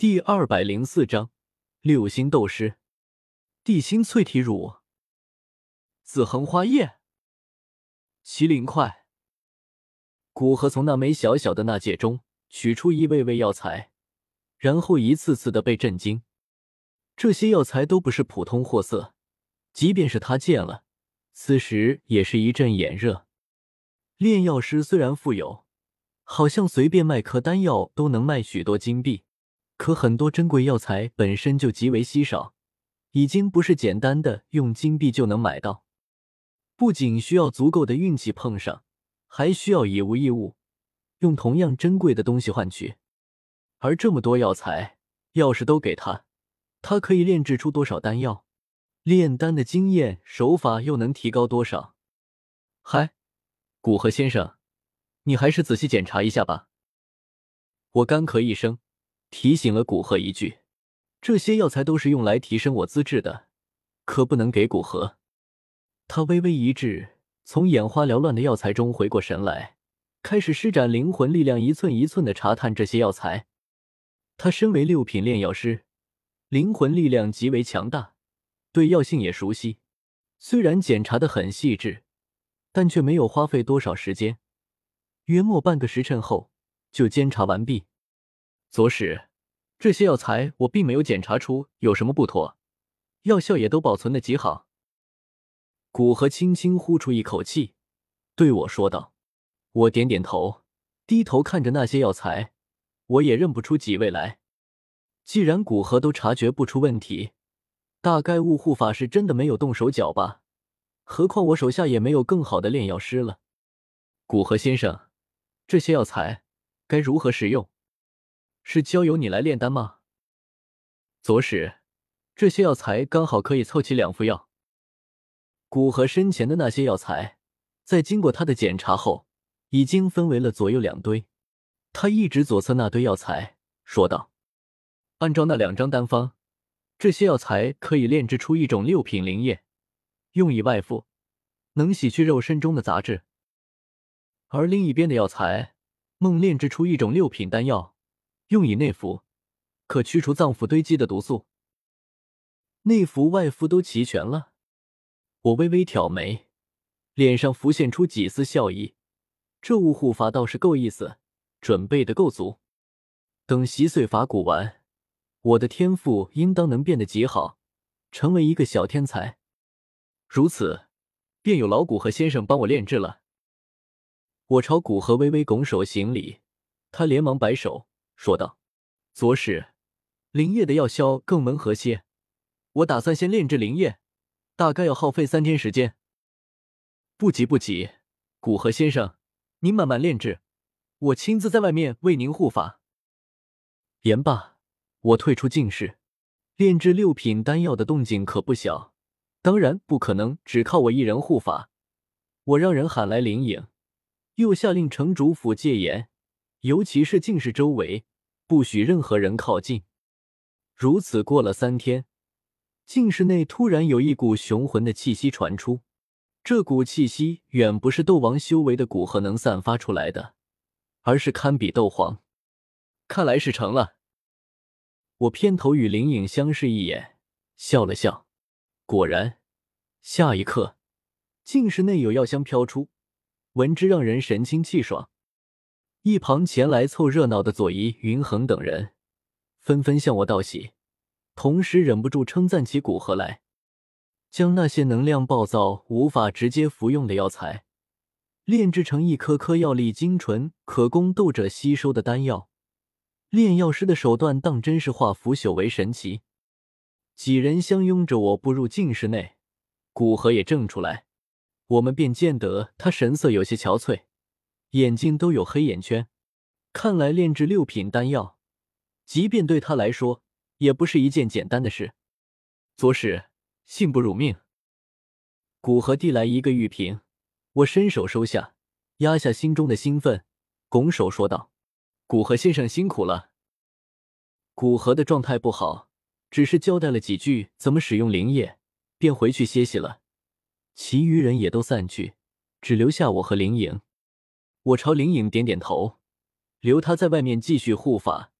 第204章六星斗师。地心淬体乳，紫衡花叶，麒麟块。古河从那枚小小的纳戒中取出一味味药材，然后一次次的被震惊。这些药材都不是普通货色，即便是他见了，此时也是一阵眼热。炼药师虽然富有，好像随便卖颗丹药都能卖许多金币，可很多珍贵药材本身就极为稀少，已经不是简单的用金币就能买到。不仅需要足够的运气碰上，还需要以物易物，用同样珍贵的东西换取。而这么多药材，要是都给他，他可以炼制出多少丹药？炼丹的经验手法又能提高多少？嗨，古河先生，你还是仔细检查一下吧。我干咳一声，提醒了古河一句，这些药材都是用来提升我资质的，可不能给古河。他微微一滞，从眼花缭乱的药材中回过神来，开始施展灵魂力量，一寸一寸地查探这些药材。他身为6品炼药师，灵魂力量极为强大，对药性也熟悉。虽然检查得很细致，但却没有花费多少时间，约莫半个时辰后就监察完毕。左使，这些药材我并没有检查出有什么不妥，药效也都保存得极好。古河轻轻呼出一口气，对我说道。我点点头，低头看着那些药材，我也认不出几位来。既然古河都察觉不出问题，大概雾护法是真的没有动手脚吧，何况我手下也没有更好的炼药师了。古河先生，这些药材该如何使用？是交由你来炼丹吗？左使，这些药材刚好可以凑齐2副药。古河身前的那些药材，在经过他的检查后，已经分为了左右2堆。他一指左侧那堆药材，说道：按照那2张丹方，这些药材可以炼制出一种6品灵液，用以外敷，能洗去肉身中的杂质。而另一边的药材，梦炼制出一种6品丹药，用以内服，可驱除脏腑堆积的毒素。内服外敷都齐全了。我微微挑眉，脸上浮现出几丝笑意。这雾护法倒是够意思，准备得够足。等习岁法鼓完，我的天赋应当能变得极好，成为一个小天才。如此，便有劳古河先生帮我炼制了。我朝古河微微拱手行礼，他连忙摆手，说道：左使，灵液的药效更温和些，我打算先炼制灵液，大概要耗费3天时间。不急不急，古河先生，您慢慢炼制，我亲自在外面为您护法。言罢，我退出境室。炼制6品丹药的动静可不小，当然不可能只靠我一人护法。我让人喊来灵影，又下令城主府戒严，尤其是境室周围，不许任何人靠近。如此过了3天，境室内突然有一股雄浑的气息传出，这股气息远不是斗王修为的古河能散发出来的，而是堪比斗皇。看来是成了。我偏头与灵影相视一眼，笑了笑。果然，下一刻，境室内有药香飘出，闻之让人神清气爽。一旁前来凑热闹的左仪、云衡等人纷纷向我道喜，同时忍不住称赞起古河来。将那些能量暴躁、无法直接服用的药材，炼制成一颗颗药力精纯、可供斗者吸收的丹药，炼药师的手段当真是化腐朽为神奇。几人相拥着我步入境室内，古河也正出来，我们便见得他神色有些憔悴，眼睛都有黑眼圈。看来炼制6品丹药，即便对他来说，也不是一件简单的事。左使，幸不辱命。古河递来一个玉瓶，我伸手收下，压下心中的兴奋，拱手说道：古河先生辛苦了。古河的状态不好，只是交代了几句怎么使用灵液，便回去歇息了。其余人也都散去，只留下我和灵影。我朝灵影点点头，留他在外面继续护法，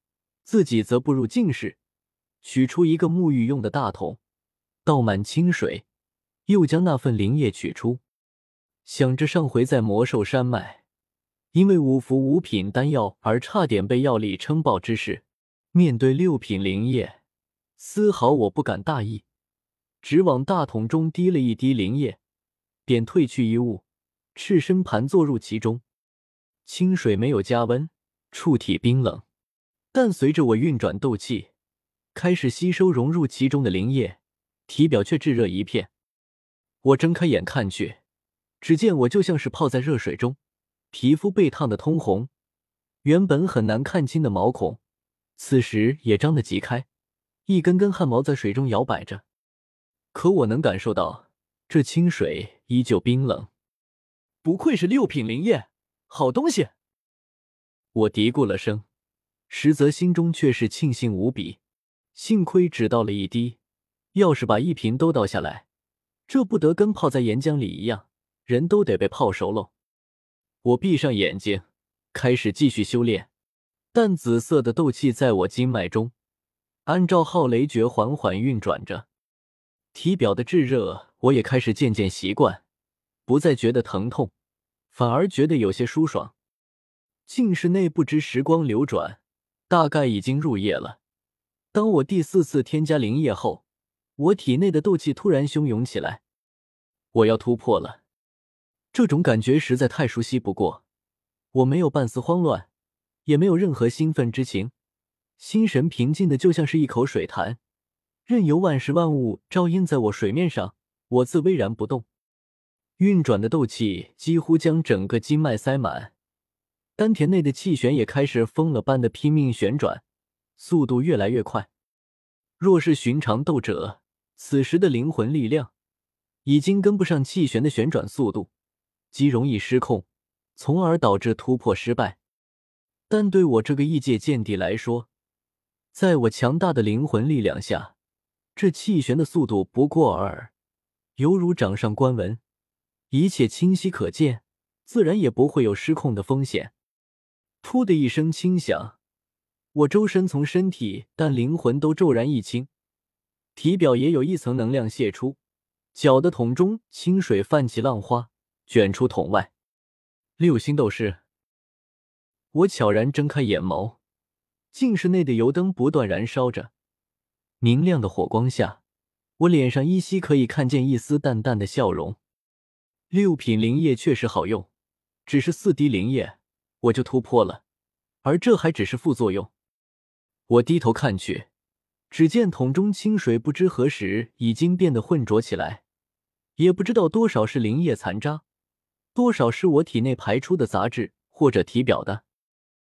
自己则步入净室，取出一个沐浴用的大桶，倒满清水，又将那份灵液取出。想着上回在魔兽山脉因为5服5品丹药而差点被药力撑爆之事，面对6品灵液，丝毫我不敢大意，只往大桶中滴了一滴灵液，便褪去衣物，赤身盘坐入其中。清水没有加温，触体冰冷，但随着我运转斗气，开始吸收融入其中的灵液，体表却炙热一片。我睁开眼看去，只见我就像是泡在热水中，皮肤被烫得通红，原本很难看清的毛孔，此时也张得极开，一根根汗毛在水中摇摆着。可我能感受到，这清水依旧冰冷。不愧是6品灵液，好东西！我嘀咕了声，实则心中却是庆幸无比，幸亏只倒了一滴，要是把一瓶都倒下来，这不得跟泡在岩浆里一样，人都得被泡熟喽。我闭上眼睛，开始继续修炼，淡紫色的斗气在我经脉中按照浩雷诀缓缓运转着，体表的炙热我也开始渐渐习惯，不再觉得疼痛，反而觉得有些舒爽。净室内不知时光流转，大概已经入夜了。当我第4次添加灵液后，我体内的斗气突然汹涌起来，我要突破了。这种感觉实在太熟悉不过，我没有半丝慌乱，也没有任何兴奋之情，心神平静的就像是一口水潭，任由万事万物照映在我水面上，我自巍然不动。运转的斗气几乎将整个经脉塞满，丹田内的气旋也开始疯了般的拼命旋转，速度越来越快。若是寻常斗者，此时的灵魂力量已经跟不上气旋的旋转速度，极容易失控，从而导致突破失败。但对我这个异界剑帝来说，在我强大的灵魂力量下，这气旋的速度不过尔尔，犹如掌上观文，一切清晰可见，自然也不会有失控的风险。噗的一声轻响，我周身从身体但灵魂都骤然一清，体表也有一层能量泄出，搅的桶中清水泛起浪花，卷出桶外。6星斗士。我悄然睁开眼眸，净室内的油灯不断燃烧着，明亮的火光下，我脸上依稀可以看见一丝淡淡的笑容。6品灵液确实好用，只是4滴灵液我就突破了，而这还只是副作用。我低头看去，只见桶中清水不知何时已经变得浑浊起来，也不知道多少是灵液残渣，多少是我体内排出的杂质或者体表的。